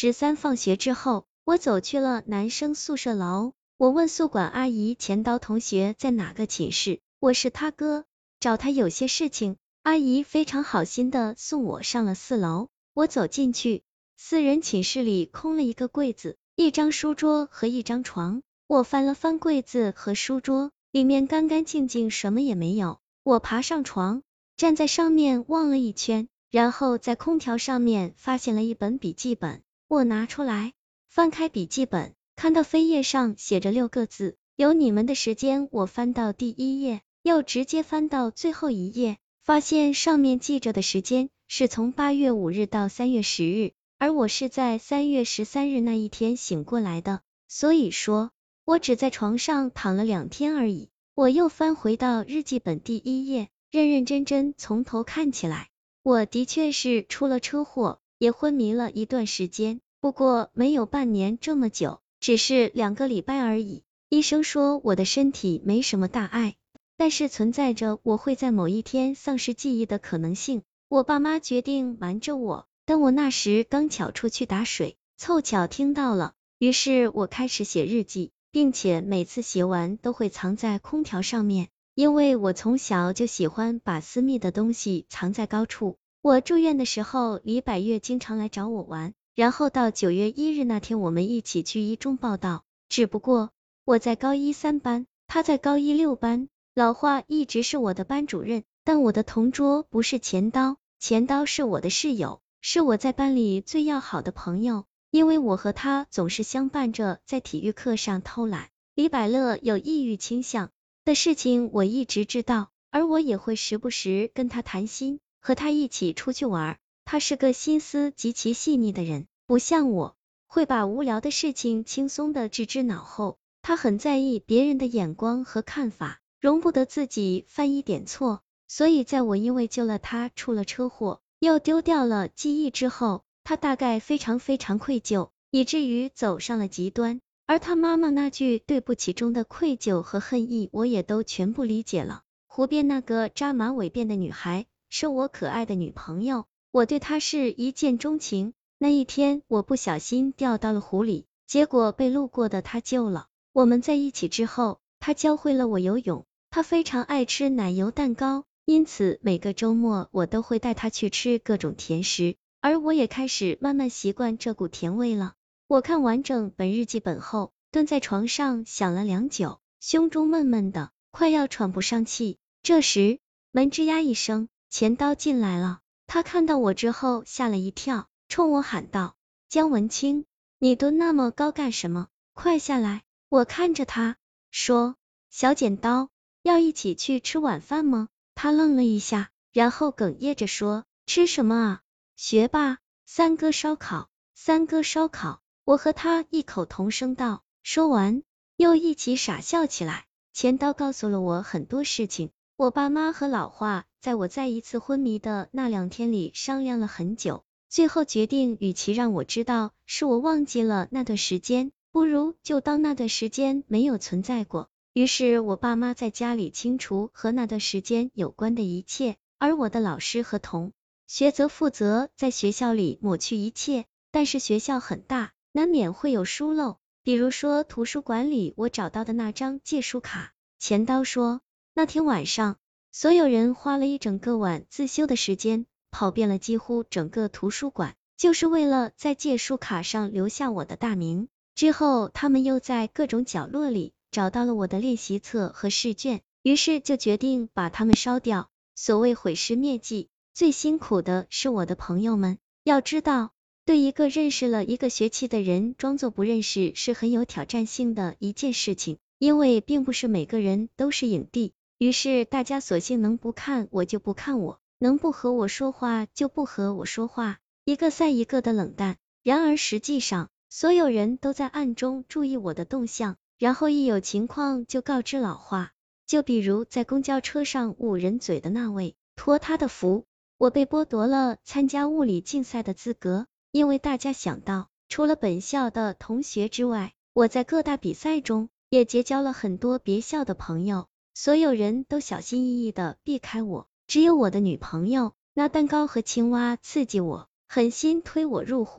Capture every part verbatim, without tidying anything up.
值三放学之后，我走去了男生宿舍楼，我问宿管阿姨钱刀同学在哪个寝室，我是他哥，找他有些事情。阿姨非常好心的送我上了四楼，我走进去，四人寝室里空了一个柜子，一张书桌和一张床。我翻了翻柜子和书桌，里面干干净净，什么也没有。我爬上床，站在上面望了一圈，然后在空调上面发现了一本笔记本。我拿出来，翻开笔记本，看到扉页上写着六个字，有你们的时间。我翻到第一页，又直接翻到最后一页，发现上面记着的时间是从八月五日到三月十日，而我是在三月十三日那一天醒过来的，所以说我只在床上躺了两天而已。我又翻回到日记本第一页，认认真真从头看起来。我的确是出了车祸，也昏迷了一段时间，不过没有半年这么久，只是两个礼拜而已。医生说我的身体没什么大碍，但是存在着我会在某一天丧失记忆的可能性。我爸妈决定瞒着我，但我那时刚巧出去打水，凑巧听到了，于是我开始写日记，并且每次写完都会藏在空调上面，因为我从小就喜欢把私密的东西藏在高处。我住院的时候，李百月经常来找我玩，然后到九月一日那天我们一起去一中报道，只不过我在高一三班，他在高一六班。老华一直是我的班主任，但我的同桌不是钱刀，钱刀是我的室友，是我在班里最要好的朋友，因为我和他总是相伴着在体育课上偷懒。李百乐有抑郁倾向的事情我一直知道，而我也会时不时跟他谈心，和他一起出去玩。他是个心思极其细腻的人，不像我会把无聊的事情轻松的置之脑后，他很在意别人的眼光和看法，容不得自己犯一点错。所以在我因为救了他出了车祸，又丢掉了记忆之后，他大概非常非常愧疚，以至于走上了极端。而他妈妈那句对不起中的愧疚和恨意，我也都全部理解了。湖边那个扎马尾辫的女孩是我可爱的女朋友，我对她是一见钟情。那一天我不小心掉到了湖里，结果被路过的她救了。我们在一起之后，她教会了我游泳，她非常爱吃奶油蛋糕，因此每个周末我都会带她去吃各种甜食，而我也开始慢慢习惯这股甜味了。我看完整本日记本后，蹲在床上想了良久，胸中闷闷的，快要喘不上气。这时门吱呀一声，钱刀进来了。他看到我之后吓了一跳，冲我喊道：姜文清，你蹲那么高干什么？快下来！我看着他说，小剪刀，要一起去吃晚饭吗？他愣了一下，然后哽咽着说，吃什么啊？学霸，三哥烧烤，三哥烧烤。我和他异口同声道，说完又一起傻笑起来。钱刀告诉了我很多事情，我爸妈和老华在我再一次昏迷的那两天里商量了很久，最后决定与其让我知道是我忘记了那段时间，不如就当那段时间没有存在过。于是我爸妈在家里清除和那段时间有关的一切，而我的老师和同学则负责在学校里抹去一切。但是学校很大，难免会有疏漏，比如说图书馆里我找到的那张借书卡。钱刀说，那天晚上所有人花了一整个晚自修的时间，跑遍了几乎整个图书馆，就是为了在借书卡上留下我的大名。之后他们又在各种角落里找到了我的练习册和试卷，于是就决定把它们烧掉。所谓毁尸灭迹，最辛苦的是我的朋友们。要知道，对一个认识了一个学期的人装作不认识是很有挑战性的一件事情，因为并不是每个人都是影帝，于是大家索性能不看我就不看我，能不和我说话就不和我说话，一个赛一个的冷淡。然而实际上，所有人都在暗中注意我的动向，然后一有情况就告知老华。就比如在公交车上捂人嘴的那位，托他的福，我被剥夺了参加物理竞赛的资格。因为大家想到，除了本校的同学之外，我在各大比赛中也结交了很多别校的朋友，所有人都小心翼翼的避开我，只有我的女朋友拿蛋糕和青蛙刺激我，狠心推我入湖。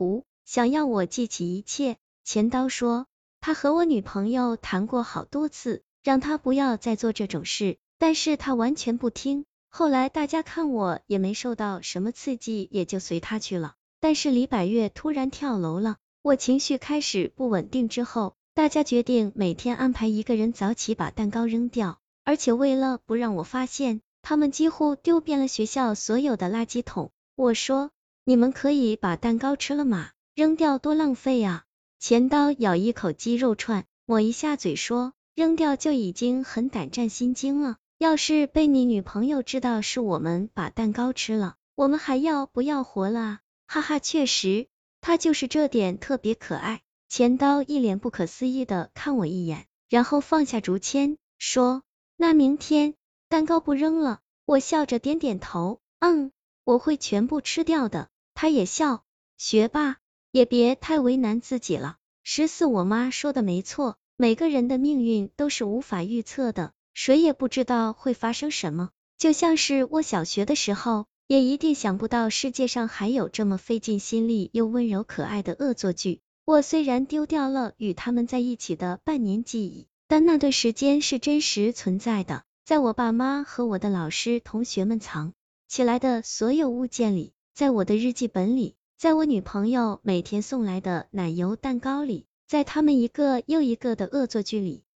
想要我记起一切。钱刀说，他和我女朋友谈过好多次，让他不要再做这种事，但是他完全不听。后来大家看我也没受到什么刺激，也就随他去了。但是李百月突然跳楼了，我情绪开始不稳定之后，大家决定每天安排一个人早起把蛋糕扔掉，而且为了不让我发现，他们几乎丢遍了学校所有的垃圾桶。我说，你们可以把蛋糕吃了吗？扔掉多浪费啊！钱刀咬一口鸡肉串，抹一下嘴说，扔掉就已经很胆战心惊了，要是被你女朋友知道是我们把蛋糕吃了，我们还要不要活了啊？哈哈，确实，她就是这点特别可爱。钱刀一脸不可思议的看我一眼，然后放下竹签，说，那明天蛋糕不扔了？我笑着点点头，嗯，我会全部吃掉的。他也笑，学霸也别太为难自己了。十四，我妈说的没错，每个人的命运都是无法预测的，谁也不知道会发生什么。就像是我小学的时候，也一定想不到世界上还有这么费尽心力又温柔可爱的恶作剧。我虽然丢掉了与他们在一起的半年记忆，但那段时间是真实存在的，在我爸妈和我的老师同学们藏起来的所有物件里，在我的日记本里，在我女朋友每天送来的奶油蛋糕里，在他们一个又一个的恶作剧里。